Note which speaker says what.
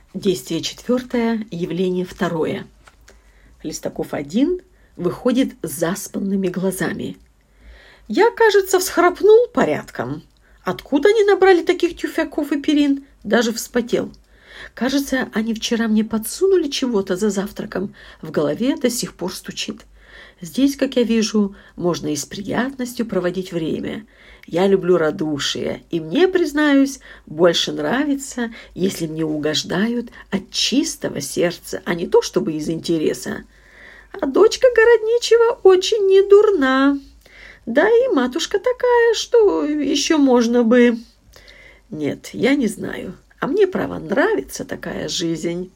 Speaker 1: Действие четвертое, явление второе. Листаков один выходит с заспанными глазами. Я, кажется, всхрапнул порядком. Откуда они набрали таких тюфяков и перин? Даже вспотел. Кажется, они вчера мне подсунули чего-то за завтраком. В голове до сих пор стучит. Здесь, как я вижу, можно и с приятностью проводить время. Я люблю радушие, и мне, признаюсь, больше нравится, если мне угождают от чистого сердца, а не то чтобы из интереса. А дочка городничего очень недурна. Да и матушка такая, что еще можно бы... Нет, я не знаю. А мне, право, нравится такая жизнь».